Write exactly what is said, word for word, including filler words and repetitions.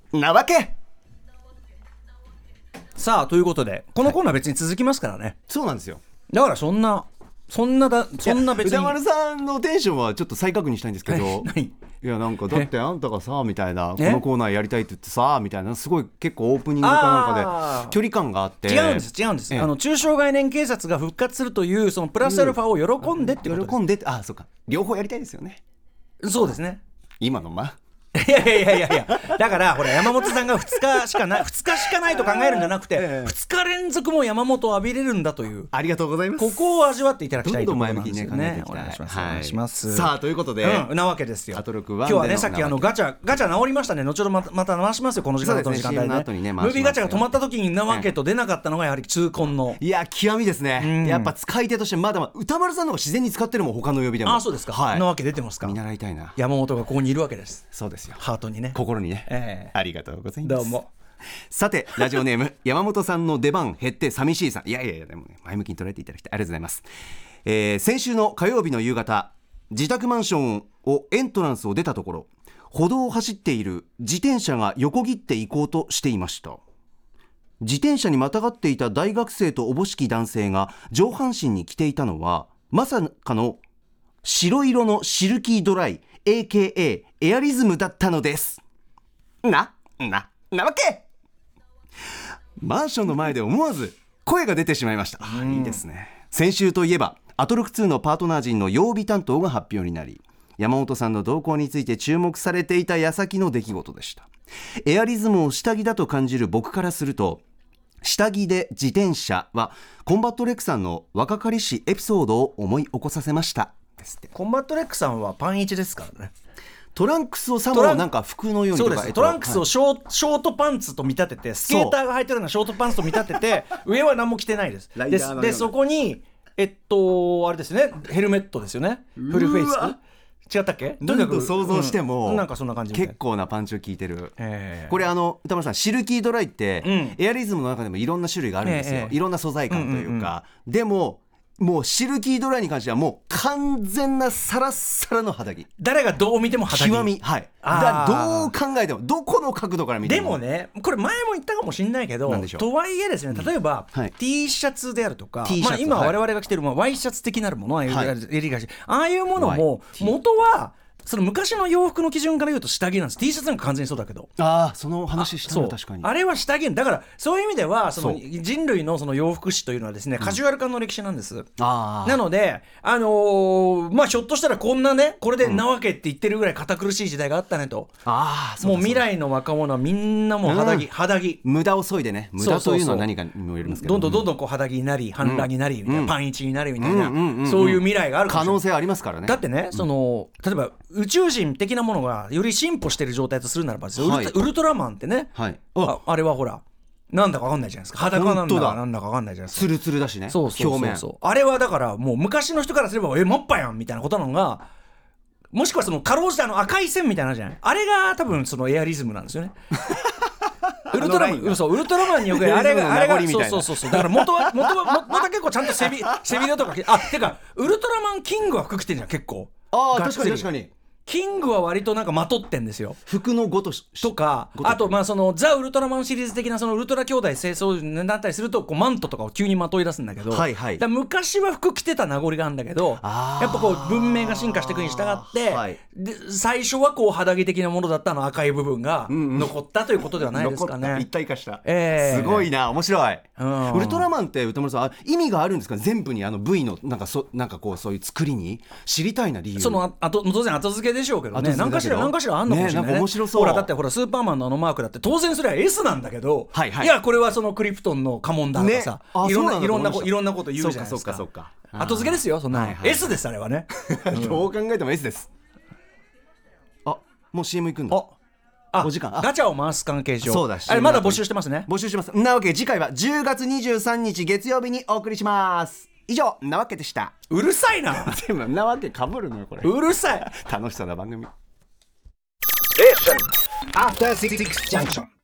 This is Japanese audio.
なわけ。 さあということでこのコーナー別に続きますからね、はい、 そうなんですよ。 だからそんなそんなだそんな別に歌丸さんのテンションはちょっと再確認したいんですけど、 何いやなんかだってあんたがさみたいなこのコーナーやりたいって言ってさみたいなすごい結構オープニングかなんかで距離感があって。 違うんです違うんです、あの中小概念警察が復活するというそのプラスアルファを喜んでってことです。 喜んでって、あそうか、両方やりたいですよね。 そうですね。 今のまいやいやいやいやいやだからほら山本さんがふつかしかないふつかしかないと考えるんじゃなくて、ええ、ふつか連続も山本を浴びれるんだという、 ありがとうございます。 ここを味わっていただきたいところなんですよね。 どんどん前向きにね考えていきたい。 お願いします、はい、お願いします。 さあということで、 うん、なわけですよ。 アトロク今日はねさっきあのガチャガチャ直りましたね。後ほどまたまた回しますよこの時間の時間帯 ね, ね, ねムービーガチャが止まった時になわけと出なかったのがやはり痛恨の、 いや極みですね、うん、やっぱ使い手としてまだまだ歌丸さんの方が自然に使ってるもん他の呼びでも。 あそうですか、はい、なわけ出てますか。 見習いたいな。 山本がここにいるわけです。 そうですよ、 ハートにね心にね、えー、ありがとうございます。 どうも。 さてラジオネーム山本さんの出番減って寂しいさん、いやいやいやでも、ね、前向きに捉えていただきたい、ありがとうございます。えー、先週の火曜日の夕方自宅マンションをエントランスを出たところ歩道を走っている自転車が横切っていこうとしていました。自転車にまたがっていた大学生とおぼしき男性が上半身に着ていたのはまさかの白色のシルキードライ エーケーエー エアリズムだったのです。な、な、なわけ。マンションの前で思わず声が出てしまいました。あ、いいですね。先週といえばアトロクツーのパートナー陣の曜日担当が発表になり山本さんの動向について注目されていた矢先の出来事でした。エアリズムを下着だと感じる僕からすると下着で自転車はコンバットレックさんの若かりしエピソードを思い起こさせましたですって。 コンバットレックさんはパンイチですからね。 トランクスをさもなんか服のようにとか、 そうです、トランクスをショー、はい、ショートパンツと見立ててスケーターが履いてるようなショートパンツと見立てて上は何も着てないです。で, でそこにえっとあれですねヘルメットですよね。フルフェイス違ったっけ。 とにかく想像しても、 うん、なんかそんな感じ結構なパンチを効いてる、 えー、 これあの歌丸さんシルキードライって、うん、エアリズムの中でもいろんな種類があるんですよ、えー、いろんな素材感というか、うんうんうん、でももうシルキードライに関してはもう完全なサラッサラの肌着。 誰がどう見ても肌着極み、はい、だどう考えてもどこの角度から見ても。 でもねこれ前も言ったかもしれないけどとはいえですね例えば、うんはい、T シャツであるとか、まあ、今我々が着てるもの、はい、ワイシャツ的なるものは、はい、襟がしああいうものも元はその昔の洋服の基準から言うと下着なんです。 T シャツなんか完全にそうだけど、 ああその話したの確かにあれは下着だからそういう意味ではその人類のその洋服史というのはですね、うん、カジュアル化の歴史なんです。あなのであのー、まあひょっとしたらこんなねこれでなわけって言ってるぐらい堅苦しい時代があったねと、うん、あもう未来の若者はみんなもう肌着、うん、肌着無駄を削いでね無駄というのは何かにもよりますけどどんどんどんどんこう肌着になり半裸になりみたいな、うん、パンイチになりみたいな、うんうんうんうん、そういう未来があるかもしれない。 可能性ありますからね。 だってねその例えば宇宙人的なものがより進歩している状態とするならばですよ、はい、ウ, ルウルトラマンってね、はい、あ, あれはほらなんだか分かんないじゃないですか。裸なんだかなんだか分かんないじゃないですか。 ツルツルだしね。 そうそうそうそう表面あれはだからもう昔の人からすればえマッパやんみたいなことなのがもしくはそのかろうじてあの赤い線みたいなのじゃないあれが多分そのエアリズムなんですよねウルトラマンそうウルトラマンによくあれがあれがそうそうそうそうだから元は元は元は結構ちゃんと背び背びれとかあてかウルトラマンキングは服着てるじゃん結構。 ああ確かに確かにキングは割となんかまとってんですよ服のごとしとかあとまあそのザ・ウルトラマンシリーズ的なそのウルトラ兄弟清掃だったりするとこうマントとかを急にまとい出すんだけど、はいはい、だ昔は服着てた名残があるんだけどやっぱこう文明が進化していくに従って、はい、で最初はこう肌着的なものだったの赤い部分が残ったということではないですかね、うんうん、 一体化した、 えー、 すごいな面白い、うん、ウルトラマンって歌丸さん意味があるんですか全部にあの V のなんかそなんかこうそういう作りに知りたいな理由。 そのあと当然後付けでしょうけどね何かしら何かしらあんのかもしれないね。 ね、なんか面白そう。 ほらだってほらスーパーマンのあのマークだって当然それは エス なんだけど、はいはい、いやこれはそのクリプトンの家紋だとかさ、ね、いろんないろんないろんなこと言うじゃないですか。そうかそうかそうか後付けですよそんな、はいはい、S ですあれはねどう考えても S です。あもう シーエム 行くんだ。 あお時間ガチャを回す関係上そうだあれまだ募集してますね。 募集してます。なわけ次回はじゅうがつにじゅうさんにち月曜日にお送りします。以上なわけでした。 うるさいな全部なわけかぶるのよこれ。 うるさい楽しそうな番組。 After Six Junction.